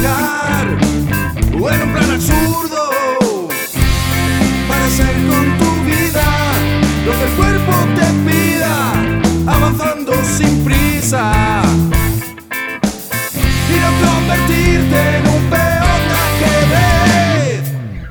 trabajar o en un plan absurdo para hacer con tu vida lo que el cuerpo te pida, avanzando sin prisa y no convertirte en un peón de ajedrez.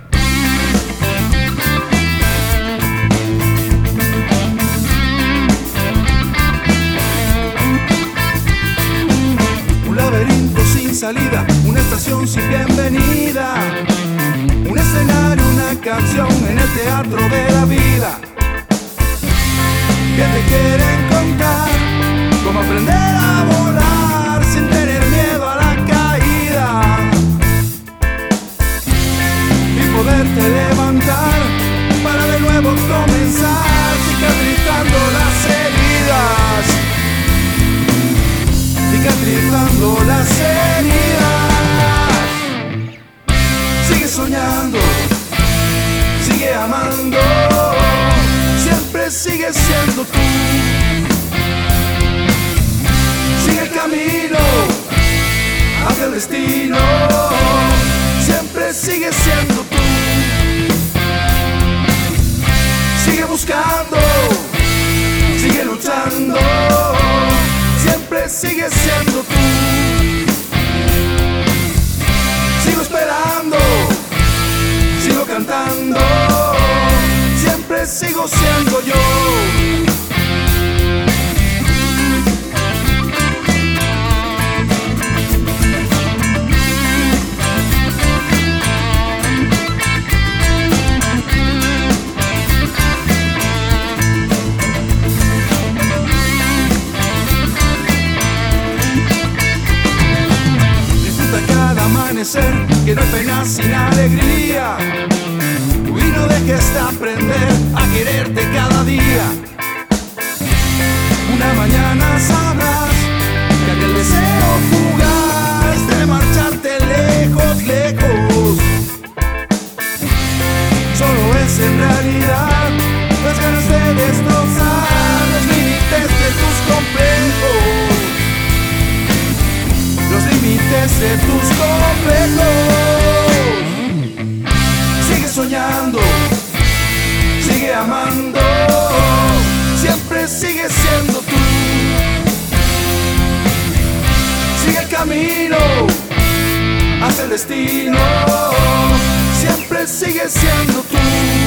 Un laberinto sin salida, una estación sin bienvenida, un escenario, una canción en el teatro de la vida, que te quieren contar cómo aprender a volar sin tener miedo a la caída y poderte levantar para de nuevo comenzar, cicatrizando las heridas, cicatrizando las heridas. Sigue soñando, sigue amando, siempre sigue siendo tú. Sigue el camino hacia el destino, siempre sigue siendo tú. Sigue buscando, sigue luchando, siempre sigue siendo tú. Sigo esperando, sigo cantando, siempre sigo siendo yo. Que no hay pena sin alegría, y no dejes de aprender a quererte cada día. Una mañana sabrás que aquel deseo fugaz de marcharte lejos, lejos, solo es en realidad las ganas de destrozar los límites de tus complejos, los límites de tus complejos. Sigue soñando, sigue amando, siempre sigue siendo tú. Sigue el camino hacia el destino, siempre sigue siendo tú.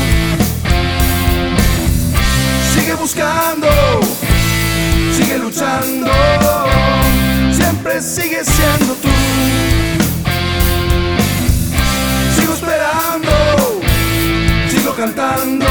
Sigue buscando, sigue luchando, siempre sigue siendo tú. Sigo esperando, sigo cantando,